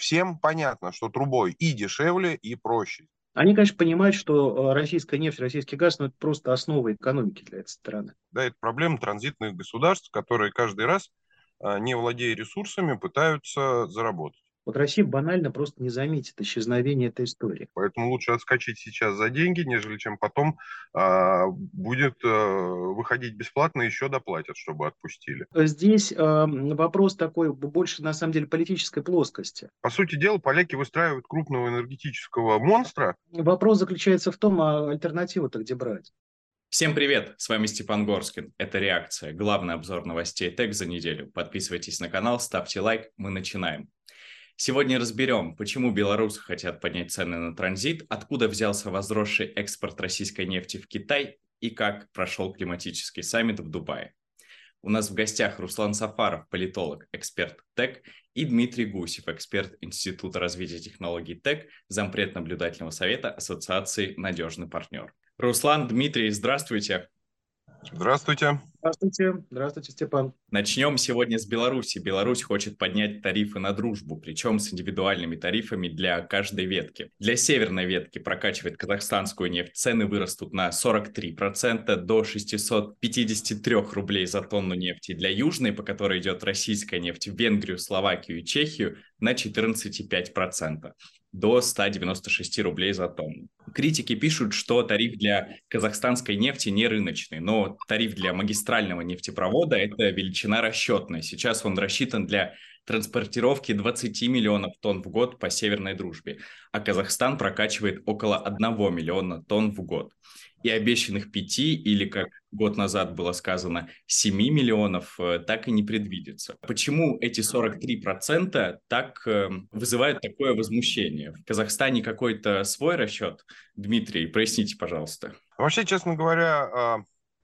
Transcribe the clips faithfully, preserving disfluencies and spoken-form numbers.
всем понятно, что трубой и дешевле, и проще. Они, конечно, понимают, что э, российская нефть, российский газ, ну, это просто основа экономики для этой страны. Да, это проблема транзитных государств, которые каждый раз, а, не владея ресурсами, пытаются заработать. Вот Россия банально просто не заметит исчезновения этой истории. Поэтому лучше отскочить сейчас за деньги, нежели чем потом а, будет а, выходить бесплатно, еще доплатят, чтобы отпустили. Здесь э, вопрос такой больше, на самом деле, политической плоскости. По сути дела, поляки выстраивают крупного энергетического монстра. Вопрос заключается в том, а альтернативу-то где брать? Всем привет, с вами Степан Горскин. Это «Реакция», главный обзор новостей ТЭК за неделю. Подписывайтесь на канал, ставьте лайк, мы начинаем. Сегодня разберем, почему белорусы хотят поднять цены на транзит, откуда взялся возросший экспорт российской нефти в Китай и как прошел климатический саммит в Дубае. У нас в гостях Руслан Сафаров, политолог, эксперт ТЭК, и Дмитрий Гусев, эксперт Института развития технологий ТЭК, зампред наблюдательного совета Ассоциации «Надежный партнер». Руслан, Дмитрий, здравствуйте. Здравствуйте. Здравствуйте. Здравствуйте, Степан. Начнем сегодня с Беларуси. Беларусь хочет поднять тарифы на дружбу, причем с индивидуальными тарифами для каждой ветки. Для северной ветки прокачивает казахстанскую нефть. Цены вырастут на сорок три процента до шестисот пятидесяти трёх рублей за тонну нефти. Для южной, по которой идет российская нефть, в Венгрию, Словакию и Чехию, на четырнадцать целых пять десятых процента до ста девяноста шести рублей за тонну. Критики пишут, что тариф для казахстанской нефти не рыночный, но тариф для магистрального нефтепровода – это величина расчетная. Сейчас он рассчитан для транспортировки двадцати миллионов тонн в год по Северной Дружбе, а Казахстан прокачивает около одного миллиона тонн в год. И обещанных пяти, или, как год назад было сказано, семи миллионов так и не предвидится. Почему эти сорок три процента так э, вызывают такое возмущение? В Казахстане какой-то свой расчет? Дмитрий, проясните, пожалуйста. Вообще, честно говоря,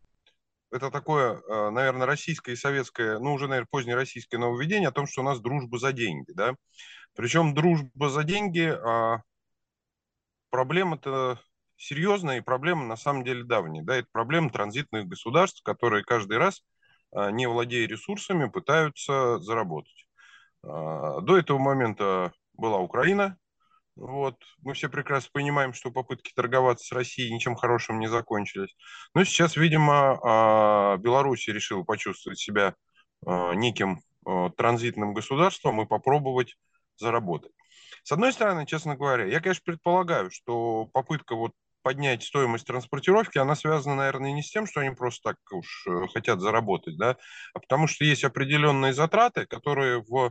это такое, наверное, российское и советское, ну, уже, наверное, позднее российское нововведение о том, что у нас дружба за деньги, да. Причем дружба за деньги, проблема-то серьезная, и проблема на самом деле давняя, да, это проблема транзитных государств, которые каждый раз, не владея ресурсами, пытаются заработать. До этого момента была Украина. Вот. Мы все прекрасно понимаем, что попытки торговаться с Россией ничем хорошим не закончились. Но сейчас, видимо, Беларусь решила почувствовать себя неким транзитным государством и попробовать заработать. С одной стороны, честно говоря, я, конечно, предполагаю, что попытка вот поднять стоимость транспортировки, она связана, наверное, не с тем, что они просто так уж хотят заработать, да, а потому что есть определенные затраты, которые в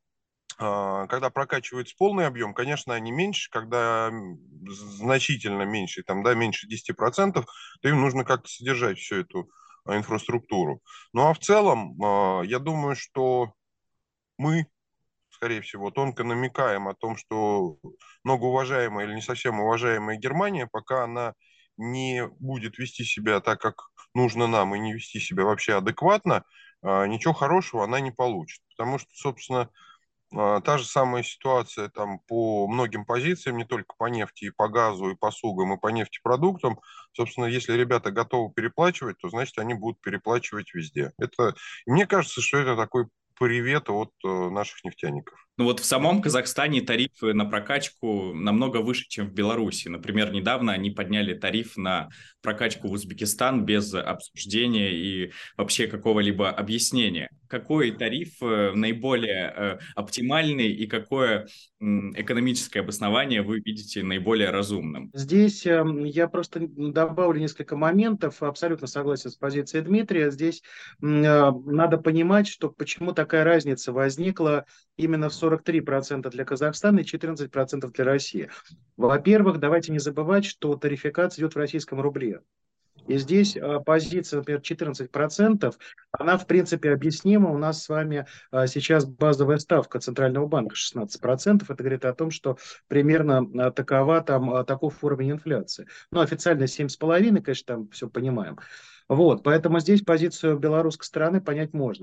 когда прокачивается полный объем, конечно, они меньше, когда значительно меньше, там, да, меньше десяти процентов, то им нужно как-то содержать всю эту инфраструктуру. Ну, а в целом, я думаю, что мы, скорее всего, тонко намекаем о том, что многоуважаемая или не совсем уважаемая Германия, пока она не будет вести себя так, как нужно нам, и не вести себя вообще адекватно, ничего хорошего она не получит. Потому что, собственно, та же самая ситуация там по многим позициям, не только по нефти, и по газу, и по сугам, и по нефтепродуктам. Собственно, если ребята готовы переплачивать, то значит они будут переплачивать везде. Это, мне кажется, что это такой привет от наших нефтяников. Ну вот в самом Казахстане тарифы на прокачку намного выше, чем в Беларуси. Например, недавно они подняли тариф на прокачку в Узбекистан без обсуждения и вообще какого-либо объяснения. Какой тариф наиболее оптимальный и какое экономическое обоснование вы видите наиболее разумным? Здесь э, я просто добавлю несколько моментов. Абсолютно согласен с позицией Дмитрия. Здесь э, надо понимать, что почему такая разница возникла именно в сорок три процента для Казахстана и четырнадцать процентов для России. Во-первых, давайте не забывать, что тарификация идет в российском рубле. И здесь а, позиция, например, четырнадцать процентов, она, в принципе, объяснима. У нас с вами а, сейчас базовая ставка Центрального банка шестнадцать процентов. Это говорит о том, что примерно а, такова там, а, таков уровень инфляции. Ну, официально семь с половиной, конечно, там все понимаем. Вот, поэтому здесь позицию белорусской стороны понять можно.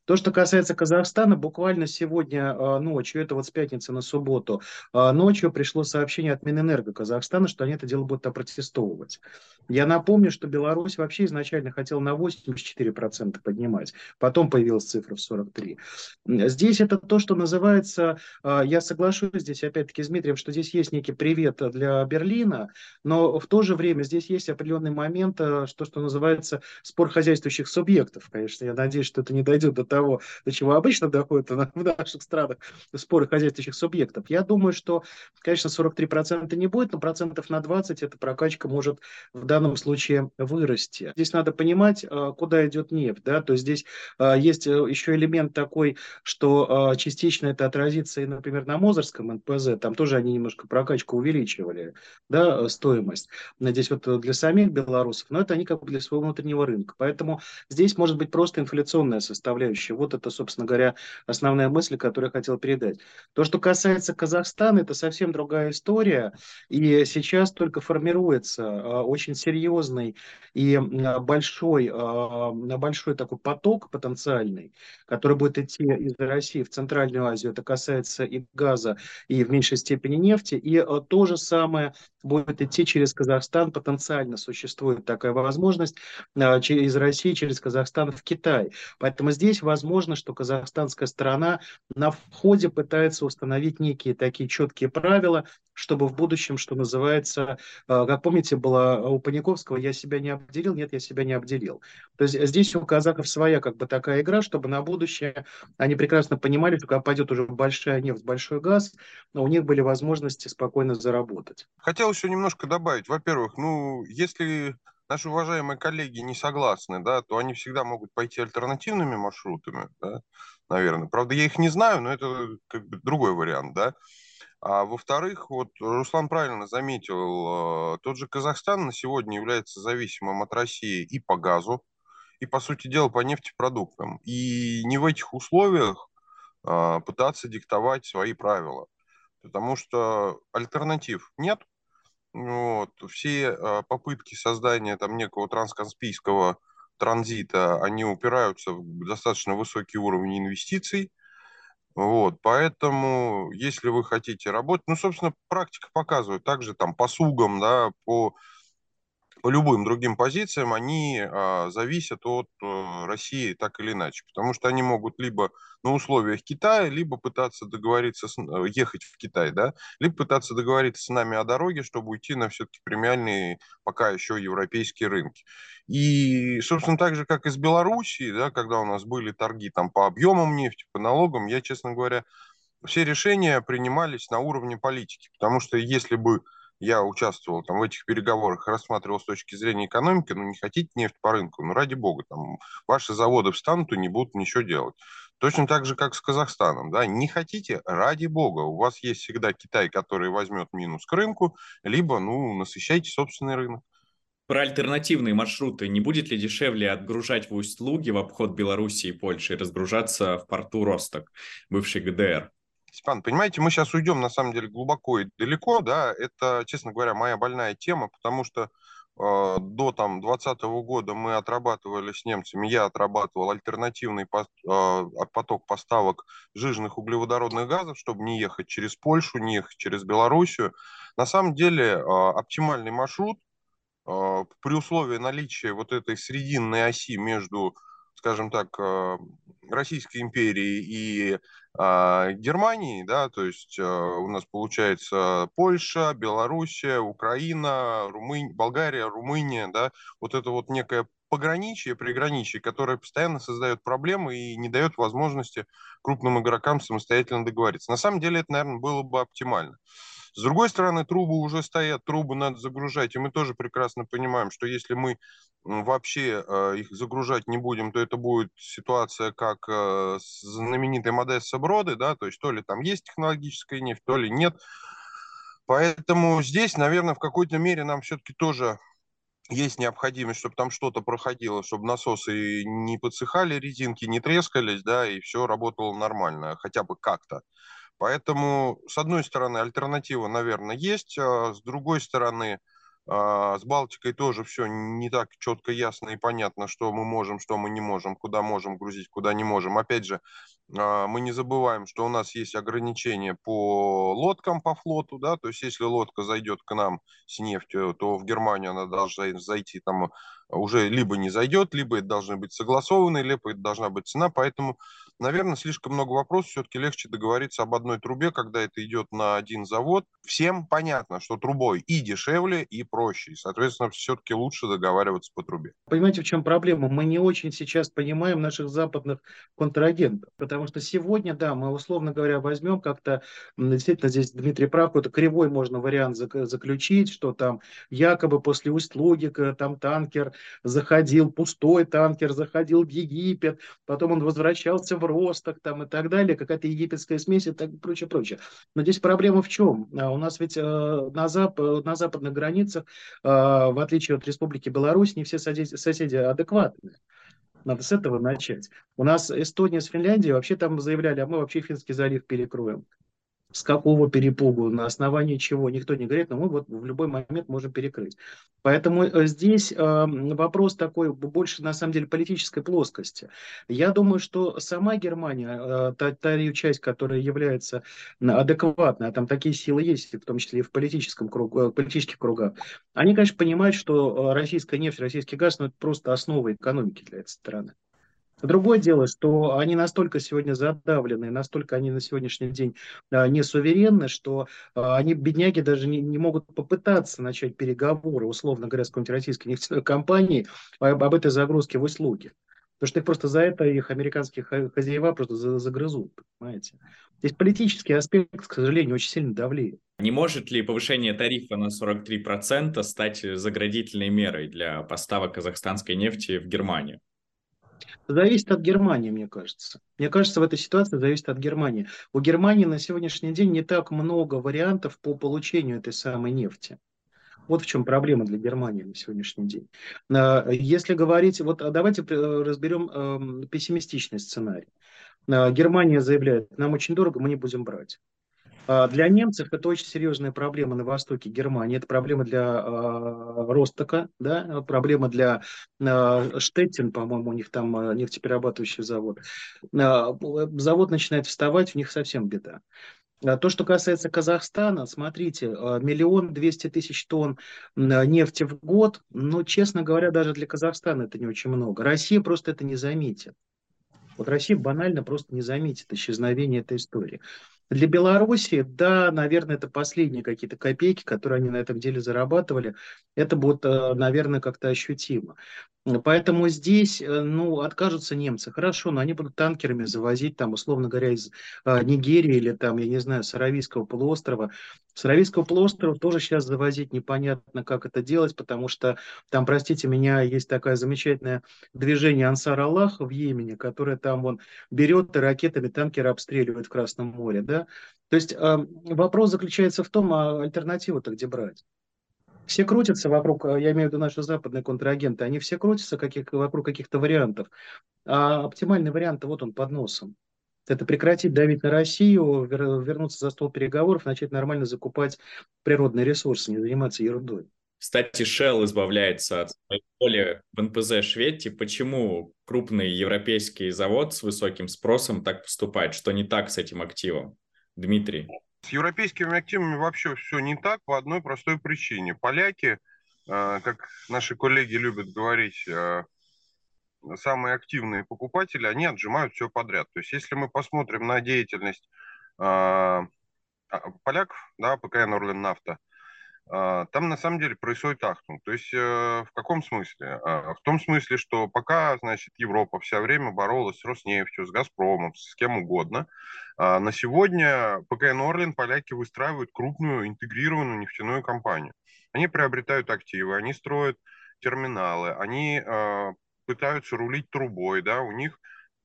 То, что касается Казахстана, буквально сегодня э, ночью, это вот с пятницы на субботу, э, ночью пришло сообщение от Минэнерго Казахстана, что они это дело будут опротестовывать. Я напомню, что Беларусь вообще изначально хотела на восемьдесят четыре процента поднимать, потом появилась цифра в сорок три процента. Здесь это то, что называется, э, я соглашусь здесь опять-таки с Дмитрием, что здесь есть некий привет для Берлина, но в то же время здесь есть определенный момент, э, что, что называется спор хозяйствующих субъектов. Конечно, я надеюсь, что это не дойдет до того, до чего обычно доходит в наших странах, споры хозяйствующих субъектов. Я думаю, что, конечно, сорок три процента не будет, но процентов на двадцать эта прокачка может в данном случае вырасти. Здесь надо понимать, э, куда идет нефть. Да? То есть здесь э, есть э, еще элемент такой, что э, частично это отразится и, например, на Мозырском эн пэ зэ, там тоже они немножко прокачку увеличивали, да, э, стоимость. Здесь вот э, для самих белорусов, но это они как бы для своего внутреннего рынка. Поэтому здесь может быть просто инфляционная составляющая. Вот это, собственно говоря, основная мысль, которую я хотел передать. То, что касается Казахстана, это совсем другая история. И сейчас только формируется э, очень серьезный и э, большой, э, большой такой поток потенциальный, который будет идти из России в Центральную Азию. Это касается и газа, и в меньшей степени нефти. И э, то же самое будет идти через Казахстан. Потенциально существует такая возможность э, через Россию, через Казахстан в Китай. Поэтому здесь возможно, что казахстанская сторона на входе пытается установить некие такие четкие правила, чтобы в будущем, что называется, э, как помните, было у Паниковского: «Я себя не обделил, нет, я себя не обделил». То есть здесь у казахов своя как бы такая игра, чтобы на будущее они прекрасно понимали, что когда пойдет уже большая нефть, большой газ, у них были возможности спокойно заработать. Хотел еще немножко добавить. Во-первых, ну, если наши уважаемые коллеги не согласны, да, то они всегда могут пойти альтернативными маршрутами, да, наверное. Правда, я их не знаю, но это как бы другой вариант, да. А во-вторых, вот Руслан правильно заметил, э, тот же Казахстан на сегодня является зависимым от России и по газу, и, по сути дела, по нефтепродуктам. И не в этих условиях э, пытаться диктовать свои правила, потому что альтернатив нет. Вот. Все э, попытки создания там некого транскаспийского транзита, они упираются в достаточно высокий уровень инвестиций. Вот, поэтому, если вы хотите работать, ну, собственно, практика показывает, также там по СУГам, да, по по любым другим позициям они а, зависят от а, России так или иначе, потому что они могут либо на условиях Китая, либо пытаться договориться, с, э, ехать в Китай, да, либо пытаться договориться с нами о дороге, чтобы уйти на все-таки премиальные пока еще европейские рынки. И, собственно, так же, как и с Белоруссией, да, когда у нас были торги там по объемам нефти, по налогам, я, честно говоря, все решения принимались на уровне политики, потому что если бы я участвовал там в этих переговорах, рассматривал с точки зрения экономики, ну не хотите нефть по рынку, ну ради бога, там ваши заводы встанут и не будут ничего делать. Точно так же, как с Казахстаном, да, не хотите, ради бога, у вас есть всегда Китай, который возьмет минус к рынку, либо, ну, насыщайте собственный рынок. Про альтернативные маршруты. Не будет ли дешевле отгружать в Усть-Луге в обход Белоруссии и Польши и разгружаться в порту Росток, бывший гэ дэ эр? Степан, понимаете, мы сейчас уйдем на самом деле глубоко и далеко, да, это, честно говоря, моя больная тема, потому что э, до там двадцатого года мы отрабатывали с немцами, я отрабатывал альтернативный пос- э, поток поставок жирных углеводородных газов, чтобы не ехать через Польшу, не ехать через Белоруссию. На самом деле э, оптимальный маршрут э, при условии наличия вот этой срединной оси между, скажем так, э, Российской империей и э, Германией, да, то есть э, у нас получается Польша, Белоруссия, Украина, Румыния, Болгария, Румыния, да, вот это вот некое пограничье, приграничье, которое постоянно создает проблемы и не дает возможности крупным игрокам самостоятельно договориться. На самом деле это, наверное, было бы оптимально. С другой стороны, трубы уже стоят, трубы надо загружать, и мы тоже прекрасно понимаем, что если мы вообще э, их загружать не будем, то это будет ситуация, как э, с знаменитой Модесса Броды, да, то есть то ли там есть технологическая нефть, то ли нет. Поэтому здесь, наверное, в какой-то мере нам все-таки тоже есть необходимость, чтобы там что-то проходило, чтобы насосы не подсыхали, резинки не трескались, да, и все работало нормально, хотя бы как-то. Поэтому, с одной стороны, альтернатива, наверное, есть, а с другой стороны, А, С Балтикой тоже все не так четко ясно и понятно, что мы можем, что мы не можем, куда можем грузить, куда не можем. Опять же, а, мы не забываем, что у нас есть ограничения по лодкам, по флоту, да, то есть если лодка зайдет к нам с нефтью, то в Германию она должна зайти там уже либо не зайдет, либо это должны быть согласованы, либо это должна быть цена, поэтому, наверное, слишком много вопросов, все-таки легче договориться об одной трубе, когда это идет на один завод. Всем понятно, что трубой и дешевле, и проще, и, соответственно, все-таки лучше договариваться по трубе. Понимаете, в чем проблема? Мы не очень сейчас понимаем наших западных контрагентов, потому что сегодня, да, мы, условно говоря, возьмем как-то, м, действительно, здесь Дмитрий прав, какой-то кривой можно вариант зак- заключить, что там якобы после Усть-Логика там танкер заходил, пустой танкер заходил в Египет, потом он возвращался в Росток там и так далее, какая-то египетская смесь и так прочее, прочее. Но здесь проблема в чем? А У нас ведь э, на, зап- на западных границах, э, в отличие от Республики Беларусь, не все соседи, соседи адекватные. Надо с этого начать. У нас Эстония с Финляндией вообще там заявляли, а мы вообще Финский залив перекроем. С какого перепугу, на основании чего, никто не говорит, но мы вот в любой момент можем перекрыть. Поэтому э, здесь э, вопрос такой больше, на самом деле, политической плоскости. Я думаю, что сама Германия, э, та, та ее часть, которая является м, адекватной, а там такие силы есть, в том числе и в политическом кругу, э, политических кругах, они, конечно, понимают, что э, российская нефть, российский газ, ну, это просто основа экономики для этой страны. Другое дело, что они настолько сегодня задавлены, настолько они на сегодняшний день а, не суверенны, что а, они, бедняги, даже не, не могут попытаться начать переговоры, условно говоря, с какой-нибудь российской нефтяной компанией об, об этой загрузке в услуги. Потому что их просто за это их американские ха- хозяева просто за- загрызут, понимаете. Здесь политический аспект, к сожалению, очень сильно давлеет. Не может ли повышение тарифа на сорок три процента стать заградительной мерой для поставок казахстанской нефти в Германию? Зависит от Германии, мне кажется. Мне кажется, в этой ситуации зависит от Германии. У Германии на сегодняшний день не так много вариантов по получению этой самой нефти. Вот в чем проблема для Германии на сегодняшний день. А, Если говорить, вот а давайте э, разберем эм, пессимистичный сценарий. А, Германия заявляет, нам очень дорого, мы не будем брать. А Для немцев это очень серьезная проблема на востоке Германии. Это проблема для а, Ростока, да, проблема для а, Штеттин, по-моему, у них там а, нефтеперерабатывающий завод. А, Завод начинает вставать, у них совсем беда. А То, что касается Казахстана, смотрите, а, миллион двести тысяч тонн м, нефти в год, но, честно говоря, даже для Казахстана это не очень много. Россия просто это не заметит. Вот Россия банально просто не заметит исчезновение этой истории. Для Беларуси, да, наверное, это последние какие-то копейки, которые они на этом деле зарабатывали. Это будет, э, наверное, как-то ощутимо. Поэтому здесь, э, ну, откажутся немцы. Хорошо, но они будут танкерами завозить, там, условно говоря, из э, Нигерии или там, я не знаю, с Аравийского полуострова. С Аравийского полуострова тоже сейчас завозить непонятно, как это делать, потому что там, простите меня, есть такая замечательная движение Ансар Аллах в Йемене, которое там вон берет и ракетами танкеры обстреливает в Красном море, да. То есть э, вопрос заключается в том, а альтернативу-то где брать? Все крутятся вокруг, э, я имею в виду наши западные контрагенты, они все крутятся каких, вокруг каких-то вариантов. А оптимальный вариант, вот он под носом. Это прекратить давить на Россию, вер- вернуться за стол переговоров, начать нормально закупать природные ресурсы, не заниматься ерундой. Кстати, Shell избавляется от своей доли в эн пэ зэ Шветти. Почему крупный европейский завод с высоким спросом так поступает? Что не так с этим активом? Дмитрий. С европейскими активами вообще все не так по одной простой причине. Поляки, э, как наши коллеги любят говорить, э, самые активные покупатели, они отжимают все подряд. То есть, если мы посмотрим на деятельность э, а, поляков, да, пэ ка эн Орлен-Нафта, а, там на самом деле происходит ахтунг. То есть э, в каком смысле? А, В том смысле, что пока, значит, Европа вся время боролась с Роснефтью, с Газпромом, с кем угодно, а, на сегодня пэ ка эн Орлен поляки выстраивают крупную интегрированную нефтяную компанию. Они приобретают активы, они строят терминалы, они э, пытаются рулить трубой, да, у них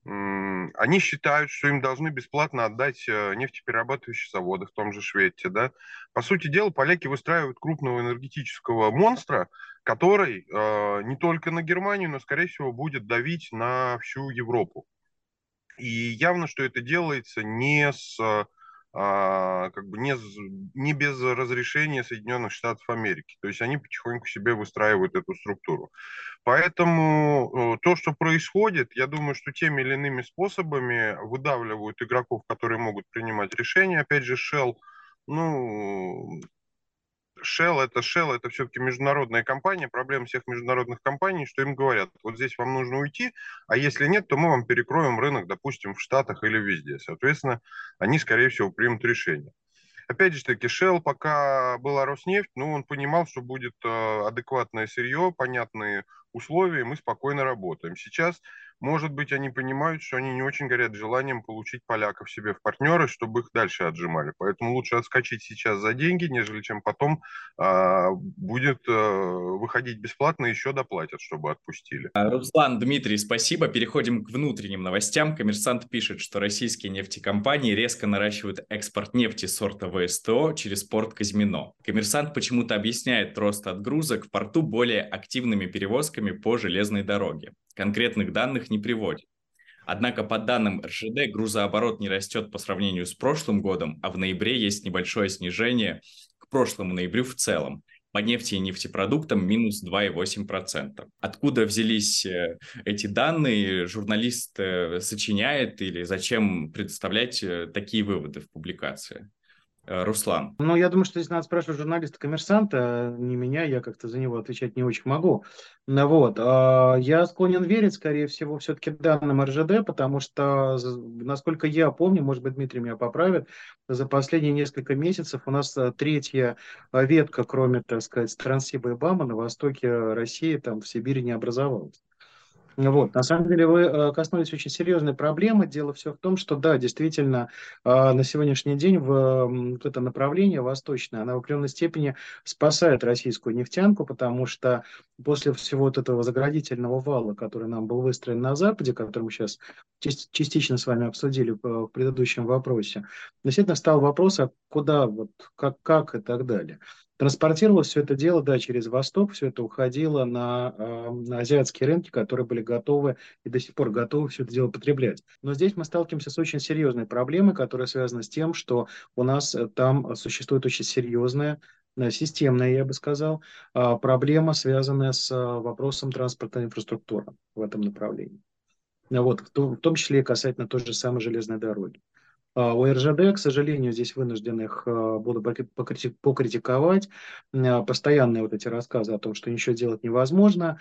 они считают, что им должны бесплатно отдать э, нефтеперерабатывающие заводы в том же Швете, да. По сути дела, поляки выстраивают крупного энергетического монстра, который э, не только на Германию, но, скорее всего, будет давить на всю Европу. И явно, что это делается не с а, как бы не, не без разрешения Соединенных Штатов Америки. То есть они потихоньку себе выстраивают эту структуру. Поэтому то, что происходит, я думаю, что теми или иными способами выдавливают игроков, которые могут принимать решения. Опять же, Shell, ну, Shell это Shell, это все-таки международная компания. Проблема всех международных компаний, что им говорят, вот здесь вам нужно уйти, а если нет, то мы вам перекроем рынок, допустим, в Штатах или везде. Соответственно, они, скорее всего, примут решение. Опять же таки, Shell, пока была Роснефть, ну, он понимал, что будет э, адекватное сырье, понятные условия, мы спокойно работаем. Сейчас, может быть, они понимают, что они не очень горят желанием получить поляков себе в партнеры, чтобы их дальше отжимали. Поэтому лучше отскочить сейчас за деньги, нежели чем потом э, будет э, выходить бесплатно, еще доплатят, чтобы отпустили. Руслан, Дмитрий, спасибо. Переходим к внутренним новостям. Коммерсант пишет, что российские нефтекомпании резко наращивают экспорт нефти сорта ВСТО через порт Козьмино. Коммерсант почему-то объясняет рост отгрузок в порту более активными перевозками по железной дороге. Конкретных данных не приводит. Однако, по данным эр жэ дэ, грузооборот не растет по сравнению с прошлым годом, а в ноябре есть небольшое снижение к прошлому ноябрю в целом. По нефти и нефтепродуктам минус два и восемь десятых процента. Откуда взялись эти данные? Журналист сочиняет или зачем представлять такие выводы в публикации? Руслан. Ну, я думаю, что здесь надо спрашивать журналиста-коммерсанта, не меня, я как-то за него отвечать не очень могу. Ну, вот. а Я склонен верить, скорее всего, все-таки данным эр жэ дэ, потому что, з- насколько я помню, может быть, Дмитрий меня поправит, за последние несколько месяцев у нас а, третья а, ветка, кроме, так сказать, Транссиба и БАМа, на востоке России, там, в Сибири не образовалась. Вот. На самом деле вы э, коснулись очень серьезной проблемы. Дело все в том, что да, действительно, э, на сегодняшний день в, м, вот это направление восточное, оно в определенной степени спасает российскую нефтянку, потому что после всего вот этого заградительного вала, который нам был выстроен на Западе, который мы сейчас част- частично с вами обсудили э, в предыдущем вопросе, действительно стал вопрос, а куда, вот, как, как и так далее. Транспортировалось все это дело, да, через Восток, все это уходило на, э, на азиатские рынки, которые были готовы и до сих пор готовы все это дело потреблять. Но здесь мы сталкиваемся с очень серьезной проблемой, которая связана с тем, что у нас э, там существует очень серьезная, э, системная, я бы сказал, э, проблема, связанная с э, вопросом транспортной инфраструктуры в этом направлении. Вот, в том, в том числе и касательно той же самой железной дороги. А У эр жэ дэ, к сожалению, здесь вынужден их э, буду покри- покрити- покритиковать. Э, Постоянные вот эти рассказы о том, что ничего делать невозможно,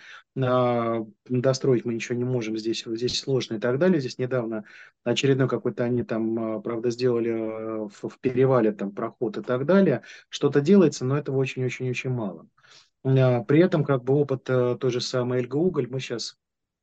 а, достроить мы ничего не можем, здесь, здесь сложно и так далее. Здесь недавно очередной какой-то они там, э, правда, сделали э, в, в перевале там проход и так далее. Что-то делается, но этого очень-очень-очень мало. Э, При этом как бы опыт э, той же самой Эльга Уголь мы сейчас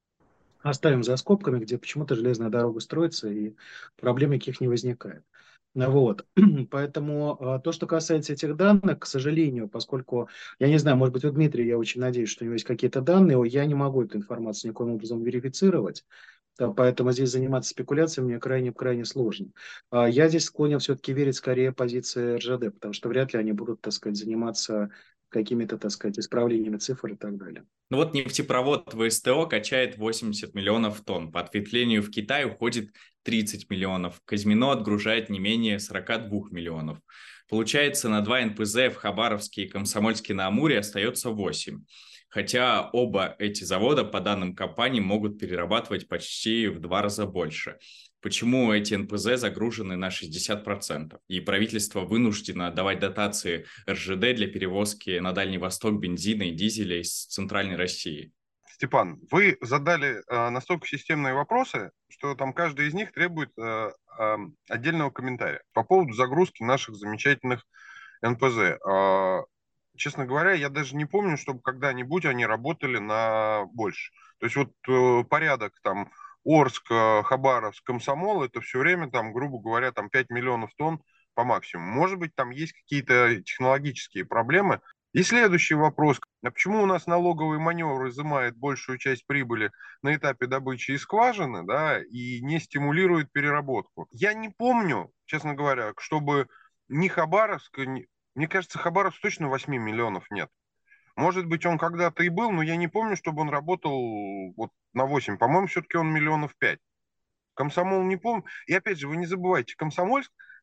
оставим за скобками, где почему-то железная дорога строится и проблем никаких не возникает. Вот. Поэтому а, то, что касается этих данных, к сожалению, поскольку, я не знаю, может быть, у Дмитрия, я очень надеюсь, что у него есть какие-то данные, я не могу эту информацию никаким образом верифицировать, да, поэтому здесь заниматься спекуляциями мне крайне-крайне сложно. А, Я здесь склонен все-таки верить скорее позиции эр жэ дэ, потому что вряд ли они будут, так сказать, заниматься какими-то, так сказать, исправлениями цифр и так далее. Ну вот нефтепровод ВСТО качает восемьдесят миллионов тонн. По ответвлению в Китай уходит тридцать миллионов. Казьмино отгружает не менее сорок два миллионов. Получается, на два эн пэ зэ в Хабаровске и Комсомольске на Амуре остается восемь. Хотя оба эти завода, по данным компании, могут перерабатывать почти в два раза больше. Почему эти эн пэ зэ загружены на шестьдесят процентов? И правительство вынуждено давать дотации эр жэ дэ для перевозки на Дальний Восток бензина и дизеля из Центральной России. Степан, вы задали э, настолько системные вопросы, что там каждый из них требует э, э, отдельного комментария по поводу загрузки наших замечательных эн пэ зэ. Э, честно говоря, я даже не помню, чтобы когда-нибудь они работали на больше. То есть вот э, порядок там Орск, э, Хабаровск, Комсомол, это все время там, грубо говоря, там пять миллионов тонн по максимуму. Может быть, там есть какие-то технологические проблемы. И следующий вопрос. А почему у нас налоговый маневр изымает большую часть прибыли на этапе добычи из скважины, да, и не стимулирует переработку? Я не помню, честно говоря, чтобы ни Хабаровск, ни... мне кажется, Хабаровск точно восемь миллионов нет. Может быть, он когда-то и был, но я не помню, чтобы он работал вот на восемь. По-моему, все-таки он миллионов пять. Комсомол не помню. И опять же, вы не забывайте, Комсомольск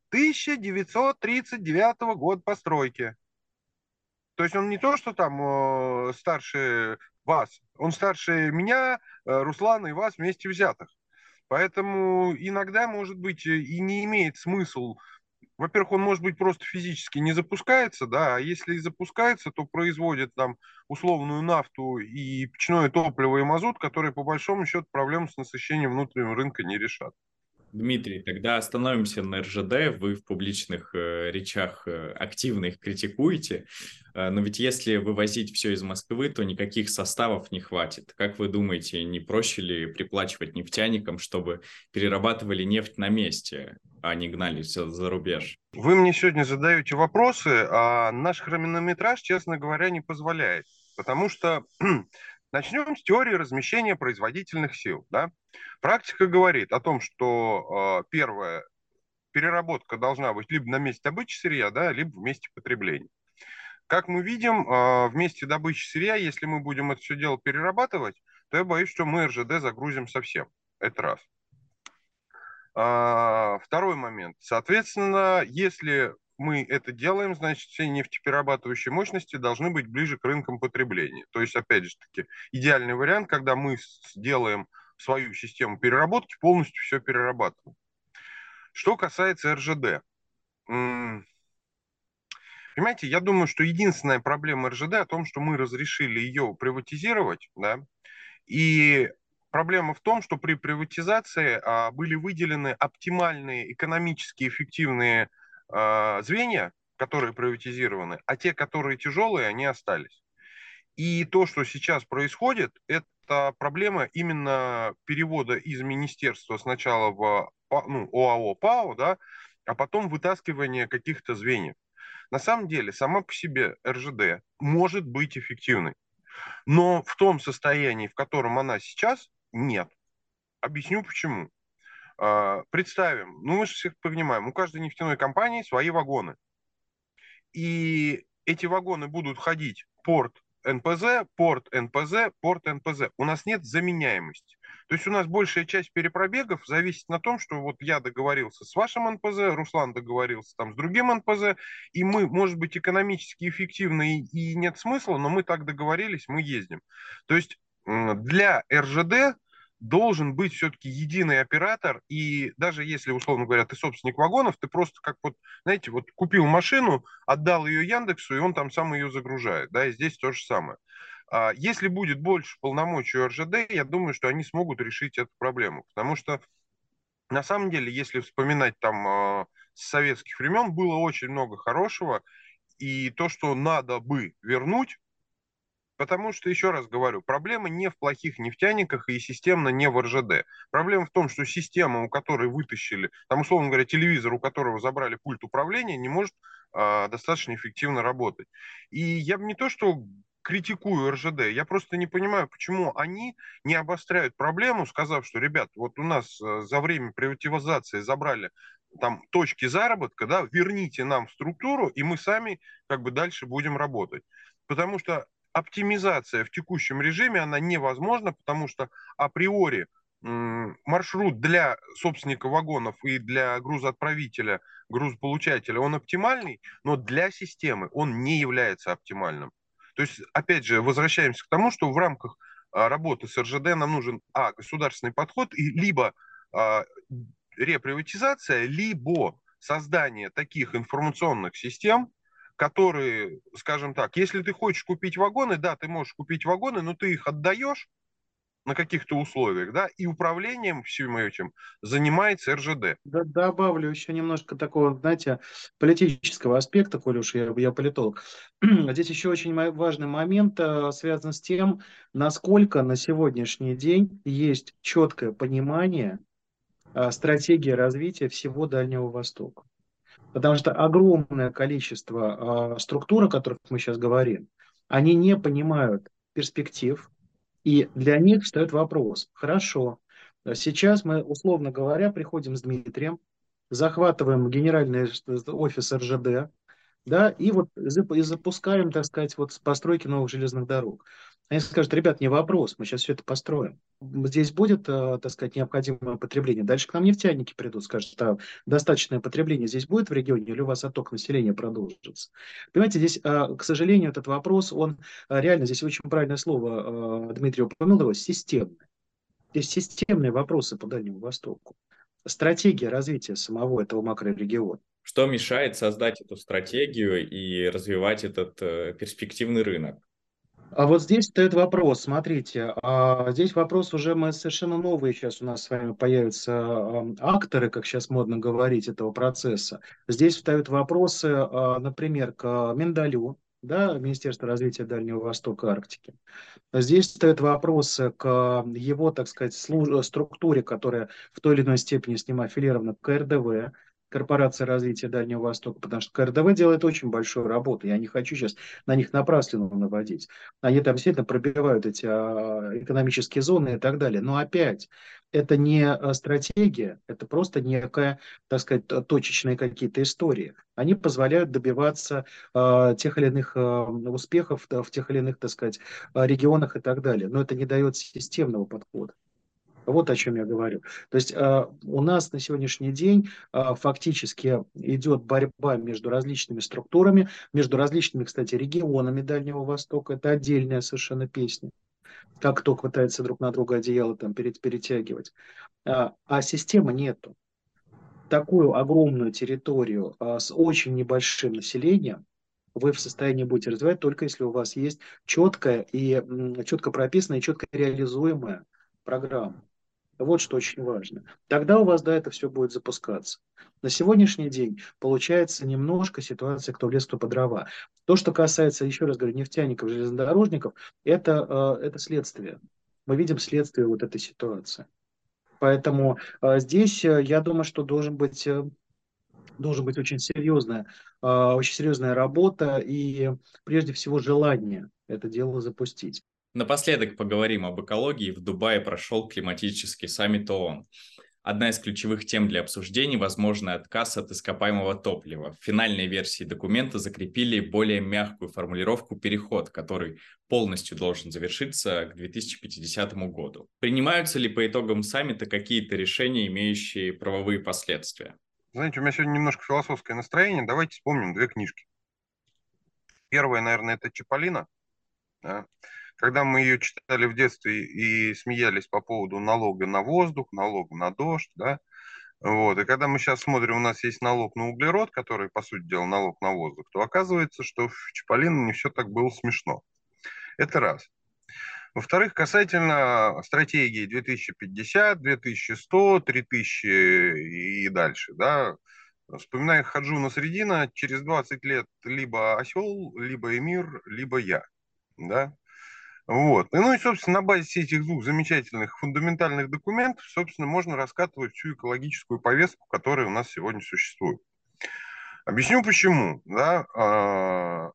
тысяча девятьсот тридцать девятого года постройки. То есть он не то, что там э, старше вас, он старше меня, э, Руслана и вас вместе взятых. Поэтому иногда, может быть, и не имеет смысл. Во-первых, он, может быть, просто физически не запускается, да, а если и запускается, то производит там условную нафту и печное топливо и мазут, которые, по большому счету, проблему с насыщением внутреннего рынка не решат. Дмитрий, тогда остановимся на эр жэ дэ. Вы в публичных э, речах э, активно их критикуете, э, но ведь если вывозить все из Москвы, то никаких составов не хватит. Как вы думаете, не проще ли приплачивать нефтяникам, чтобы перерабатывали нефть на месте, а не гнались за, за рубеж? Вы мне сегодня задаете вопросы, а наш хронометраж, честно говоря, не позволяет. Потому что начнем с теории размещения производительных сил. Да? Практика говорит о том, что э, первое, переработка должна быть либо на месте добычи сырья, да, либо в месте потребления. Как мы видим, э, в месте добычи сырья, если мы будем это все дело перерабатывать, то я боюсь, что мы эр жэ дэ загрузим совсем. Это раз. А, второй момент. Соответственно, если мы это делаем, значит, все нефтеперерабатывающие мощности должны быть ближе к рынкам потребления. То есть, опять же таки, идеальный вариант, когда мы сделаем свою систему переработки, полностью все перерабатываем. Что касается эр жэ дэ. Понимаете, я думаю, что единственная проблема эр жэ дэ о том, что мы разрешили ее приватизировать, да, и проблема в том, что при приватизации а, были выделены оптимальные, экономически эффективные а, звенья, которые приватизированы, а те, которые тяжелые, они остались. И то, что сейчас происходит, это проблема именно перевода из министерства сначала в ну, о а о ПАО, да, а потом вытаскивания каких-то звеньев. На самом деле, сама по себе эр жэ дэ может быть эффективной. Но в том состоянии, в котором она сейчас, нет. Объясню почему. А, представим, ну мы же всех понимаем, у каждой нефтяной компании свои вагоны. И эти вагоны будут ходить порт эн пэ зэ, порт эн пэ зэ, порт эн пэ зэ. У нас нет заменяемости. То есть у нас большая часть перепробегов зависит на том, что вот я договорился с вашим эн пэ зэ, Руслан договорился там с другим эн пэ зэ, и мы, может быть, экономически эффективны и, и нет смысла, но мы так договорились, мы ездим. То есть для эр жэ дэ должен быть все-таки единый оператор, и даже если, условно говоря, ты собственник вагонов, ты просто как вот, знаете, вот купил машину, отдал ее Яндексу, и он там сам ее загружает, да, и здесь то же самое. А если будет больше полномочий у эр жэ дэ, я думаю, что они смогут решить эту проблему, потому что на самом деле, если вспоминать там с советских времен, было очень много хорошего, и то, что надо бы вернуть. Потому что, еще раз говорю, проблема не в плохих нефтяниках и системно не в эр жэ дэ. Проблема в том, что система, у которой вытащили, там, условно говоря, телевизор, у которого забрали пульт управления, не может а, достаточно эффективно работать. И я бы не то, что критикую эр жэ дэ, я просто не понимаю, почему они не обостряют проблему, сказав, что, ребят, вот у нас за время приватизации забрали там точки заработка, да, верните нам в структуру, и мы сами как бы дальше будем работать. Потому что оптимизация в текущем режиме, она невозможна, потому что априори маршрут для собственника вагонов и для грузоотправителя, грузополучателя, он оптимальный, но для системы он не является оптимальным. То есть, опять же, возвращаемся к тому, что в рамках работы с эр жэ дэ нам нужен, а, государственный подход, и либо а, реприватизация, либо создание таких информационных систем, которые, скажем так, если ты хочешь купить вагоны, да, ты можешь купить вагоны, но ты их отдаешь на каких-то условиях, да, и управлением всем этим занимается эр жэ дэ. Да, добавлю еще немножко такого, знаете, политического аспекта, коль уж я, я политолог. Здесь еще очень важный момент э, связан с тем, насколько на сегодняшний день есть четкое понимание э, стратегии развития всего Дальнего Востока. Потому что огромное количество э, структур, о которых мы сейчас говорим, они не понимают перспектив, и для них встает вопрос: хорошо, сейчас мы, условно говоря, приходим с Дмитрием, захватываем генеральный офис эр жэ дэ, да, и вот зап- и запускаем, так сказать, вот с постройки новых железных дорог. Они скажут: ребят, не вопрос, мы сейчас все это построим. Здесь будет, э, так сказать, необходимое потребление. Дальше к нам нефтяники придут, скажут: а достаточное потребление здесь будет в регионе, или у вас отток населения продолжится? Понимаете, здесь, э, к сожалению, этот вопрос, он э, реально, здесь очень правильное слово, э, Дмитрий упомянул его, системный. Здесь системные вопросы по Дальнему Востоку. Стратегия развития самого этого макрорегиона. Что мешает создать эту стратегию и развивать этот э, перспективный рынок? А вот здесь стоит вопрос, смотрите, а здесь вопрос уже мы совершенно новые сейчас у нас с вами появятся ам, акторы, как сейчас модно говорить, этого процесса. Здесь встают вопросы, а, например, к Миндалю, да, Министерство развития Дальнего Востока и Арктики. Здесь стоят вопросы к его, так сказать, служ- структуре, которая в той или иной степени с ним аффилирована, к КРДВ, Корпорация развития Дальнего Востока, потому что КРДВ делает очень большую работу. Я не хочу сейчас на них напраслину наводить. Они там действительно пробивают эти а, экономические зоны и так далее. Но опять, это не а, стратегия, это просто некая, так сказать, т- точечные какие-то истории. Они позволяют добиваться а, тех или иных а, успехов да, в тех или иных, так сказать, а, регионах и так далее. Но это не дает системного подхода. Вот о чем я говорю. То есть а, у нас на сегодняшний день а, фактически идет борьба между различными структурами, между различными, кстати, регионами Дальнего Востока. Это отдельная совершенно песня. Как кто пытается друг на друга одеяло там перет- перетягивать. А, а системы нету. Такую огромную территорию а, с очень небольшим населением вы в состоянии будете развивать только если у вас есть четкая и м, четко прописанная и четко реализуемая программа. Вот что очень важно. Тогда у вас, да, это все будет запускаться. На сегодняшний день получается немножко ситуация, кто в лес, кто по дрова. То, что касается, еще раз говорю, нефтяников, железнодорожников, это, э, это следствие. Мы видим следствие вот этой ситуации. Поэтому э, здесь, э, я думаю, что должен быть, э, должен быть очень серьезная, э, очень серьезная работа и прежде всего желание это дело запустить. Напоследок поговорим об экологии. В Дубае прошел климатический саммит ООН. Одна из ключевых тем для обсуждений – возможный отказ от ископаемого топлива. В финальной версии документа закрепили более мягкую формулировку «переход», который полностью должен завершиться к две тысячи пятидесятому году. Принимаются ли по итогам саммита какие-то решения, имеющие правовые последствия? Знаете, у меня сегодня немножко философское настроение. Давайте вспомним две книжки. Первая, наверное, это Чиполлино. Да. Когда мы ее читали в детстве и смеялись по поводу налога на воздух, налога на дождь, да, вот, и когда мы сейчас смотрим, у нас есть налог на углерод, который, по сути дела, налог на воздух, то оказывается, что в Чиполлино не все так было смешно. Это раз. Во-вторых, касательно стратегии две тысячи пятьдесят, две тысячи сто, три тысячи и дальше, да, вспоминая Хаджуна Средина, через двадцать лет либо осел, либо эмир, либо я, да. Вот. И, ну и, собственно, на базе этих двух замечательных фундаментальных документов, собственно, можно раскатывать всю экологическую повестку, которая у нас сегодня существует. Объясню почему. Да? А,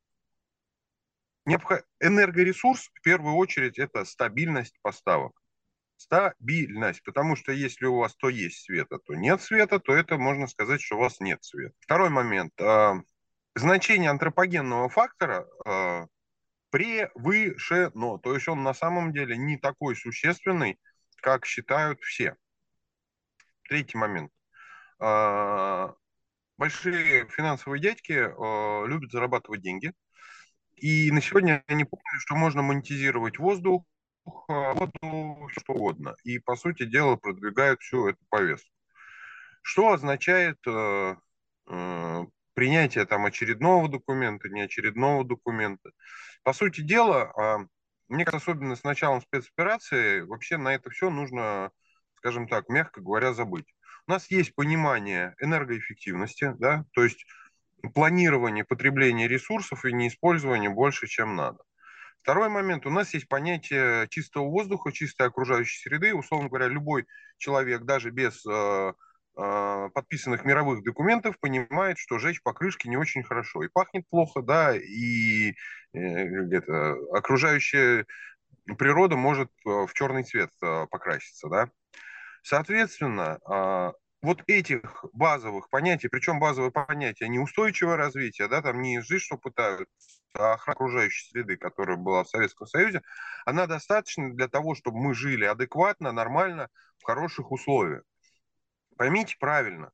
Энергоресурс, в первую очередь, это стабильность поставок. Стабильность, потому что если у вас то есть света, то нет света, то это можно сказать, что у вас нет света. Второй момент. А, Значение антропогенного фактора а, превышено. То есть он на самом деле не такой существенный, как считают все. Третий момент. А, Большие финансовые дядьки а, любят зарабатывать деньги. И на сегодня они поняли, что можно монетизировать воздух, а, воду, что угодно. И, по сути дела, продвигают всю эту повестку. Что означает э, э, принятие там очередного документа, не очередного документа? По сути дела, э, мне кажется, особенно с началом спецоперации, вообще на это все нужно, скажем так, мягко говоря, забыть. У нас есть понимание энергоэффективности, да, то есть планирование потребления ресурсов и неиспользование больше, чем надо. Второй момент. У нас есть понятие чистого воздуха, чистой окружающей среды. Условно говоря, любой человек, даже без э, э, подписанных мировых документов, понимает, что жечь покрышки не очень хорошо. И пахнет плохо, да, и э, это, окружающая природа может э, в черный цвет э, покраситься, да. Соответственно, э, вот этих базовых понятий, причем базовые понятия не устойчивое развитие, да, там не жизнь, что пытаются, а охрана окружающей среды, которая была в Советском Союзе, она достаточна для того, чтобы мы жили адекватно, нормально, в хороших условиях. Поймите правильно,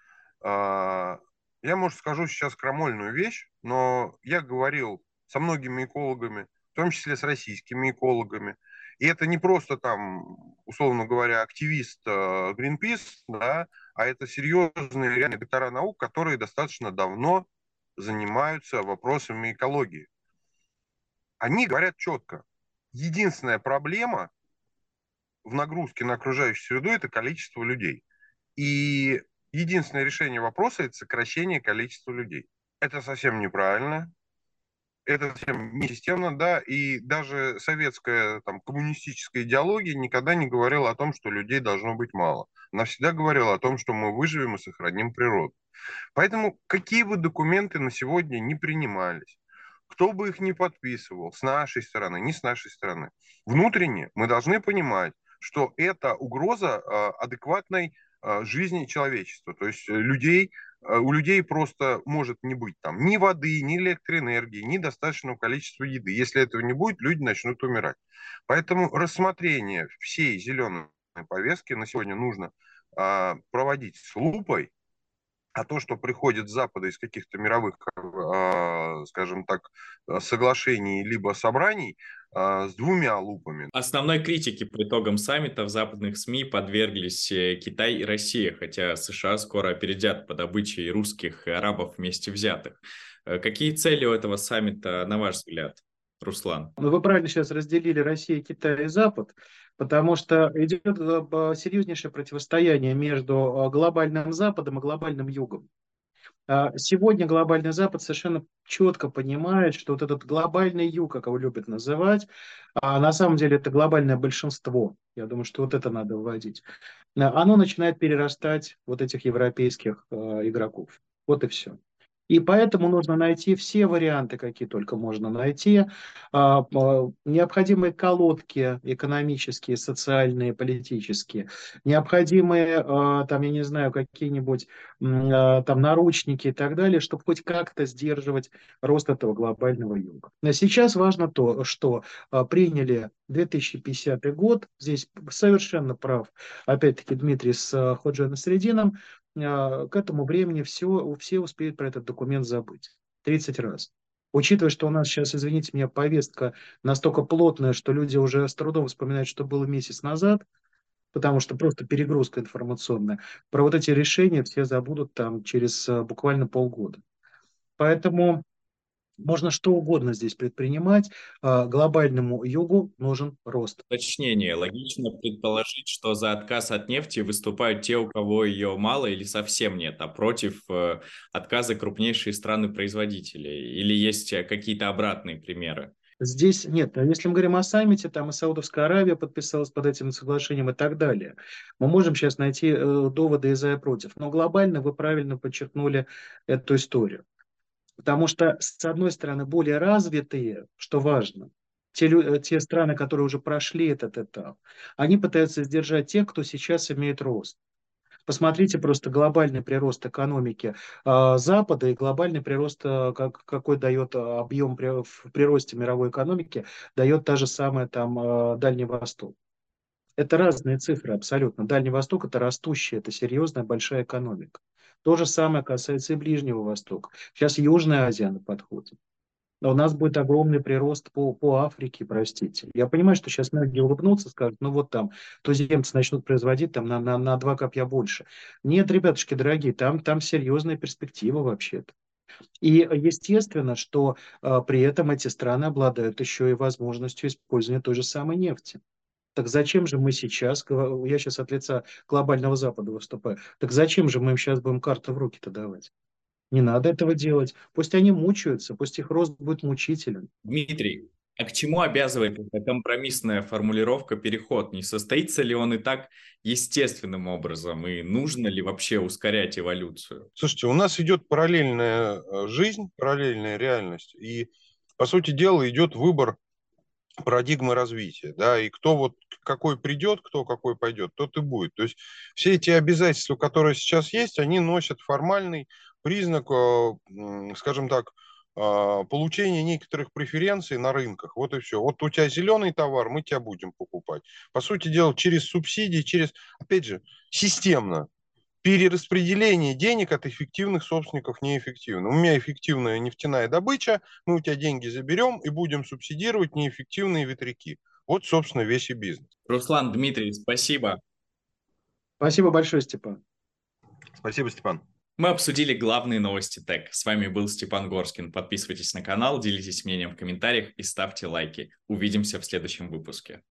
а, я, может, скажу сейчас крамольную вещь, но я говорил со многими экологами, в том числе с российскими экологами, и это не просто там, условно говоря, активист э, Greenpeace, да, а это серьезные реальные доктора наук, которые достаточно давно занимаются вопросами экологии. Они говорят четко, единственная проблема в нагрузке на окружающую среду – это количество людей. И единственное решение вопроса – это сокращение количества людей. Это совсем неправильно, это совсем не системно, да, и даже советская там, коммунистическая идеология никогда не говорила о том, что людей должно быть мало. Она всегда говорила о том, что мы выживем и сохраним природу. Поэтому какие бы документы на сегодня не принимались, кто бы их не подписывал, с нашей стороны, не с нашей стороны, внутренне мы должны понимать, что это угроза э, адекватной э, жизни человечества. То есть людей, э, у людей просто может не быть там ни воды, ни электроэнергии, ни достаточного количества еды. Если этого не будет, люди начнут умирать. Поэтому рассмотрение всей зеленой повестки на сегодня нужно э, проводить с лупой. А то, что приходит с Запада из каких-то мировых, э, скажем так, соглашений либо собраний э, с двумя лупами. Основной критике по итогам саммита в западных СМИ подверглись Китай и Россия, хотя США скоро опередят по добыче и русских, и арабов вместе взятых. Какие цели у этого саммита, на ваш взгляд, Руслан? Ну, вы правильно сейчас разделили Россию, Китай и Запад, потому что идет серьезнейшее противостояние между глобальным Западом и глобальным Югом. Сегодня глобальный Запад совершенно четко понимает, что вот этот глобальный Юг, как его любят называть, а на самом деле это глобальное большинство, я думаю, что вот это надо вводить, оно начинает перерастать вот этих европейских э, игроков. Вот и все. И поэтому нужно найти все варианты, какие только можно найти. А, а, необходимые колодки экономические, социальные, политические. Необходимые, а, там, я не знаю, какие-нибудь а, там наручники и так далее, чтобы хоть как-то сдерживать рост этого глобального юга. Но сейчас важно то, что а, приняли две тысячи пятидесятый год. Здесь совершенно прав, опять-таки, Дмитрий с Ходжа-Насреддином. К этому времени все, все успеют про этот документ забыть. тридцать раз. Учитывая, что у нас сейчас, извините меня, повестка настолько плотная, что люди уже с трудом вспоминают, что было месяц назад, потому что просто перегрузка информационная, про вот эти решения все забудут там через буквально полгода. Поэтому можно что угодно здесь предпринимать. Глобальному югу нужен рост. Уточнение. Логично предположить, что за отказ от нефти выступают те, у кого ее мало или совсем нет, а против э, отказа крупнейшие страны-производители. Или есть какие-то обратные примеры? Здесь нет. Если мы говорим о саммите, там и Саудовская Аравия подписалась под этим соглашением и так далее. Мы можем сейчас найти э, доводы и за и против. Но глобально вы правильно подчеркнули эту историю. Потому что, с одной стороны, более развитые, что важно, те, те страны, которые уже прошли этот этап, они пытаются сдержать тех, кто сейчас имеет рост. Посмотрите просто глобальный прирост экономики э, Запада и глобальный прирост, э, как, какой дает объем при, в приросте мировой экономики, дает та же самая там э, Дальний Восток. Это разные цифры абсолютно. Дальний Восток – это растущая, это серьезная большая экономика. То же самое касается и Ближнего Востока. Сейчас Южная Азия на подходе. Но у нас будет огромный прирост по, по Африке, простите. Я понимаю, что сейчас многие улыбнутся, скажут, ну вот там туземцы начнут производить там на, на, на два копья больше. Нет, ребятушки дорогие, там, там серьезная перспектива вообще-то. И естественно, что а, при этом эти страны обладают еще и возможностью использования той же самой нефти. Так зачем же мы сейчас, я сейчас от лица глобального Запада выступаю, так зачем же мы им сейчас будем карту в руки-то давать? Не надо этого делать. Пусть они мучаются, пусть их рост будет мучителен. Дмитрий, а к чему обязывает эта компромиссная формулировка «переход»? Не состоится ли он и так естественным образом? И нужно ли вообще ускорять эволюцию? Слушайте, у нас идет параллельная жизнь, параллельная реальность. И, по сути дела, идет выбор парадигмы развития, да, и кто вот какой придет, кто какой пойдет, тот и будет. То есть все эти обязательства, которые сейчас есть, они носят формальный признак, скажем так, получения некоторых преференций на рынках. Вот и все. Вот у тебя зеленый товар, мы тебя будем покупать. По сути дела, через субсидии, через, опять же, системно. Перераспределение денег от эффективных собственников неэффективно. У меня эффективная нефтяная добыча, мы у тебя деньги заберем и будем субсидировать неэффективные ветряки. Вот, собственно, весь и бизнес. Руслан, Дмитрий, спасибо. Спасибо большое, Степан. Спасибо, Степан. Мы обсудили главные новости ТЭК. С вами был Степан Горскин. Подписывайтесь на канал, делитесь мнением в комментариях и ставьте лайки. Увидимся в следующем выпуске.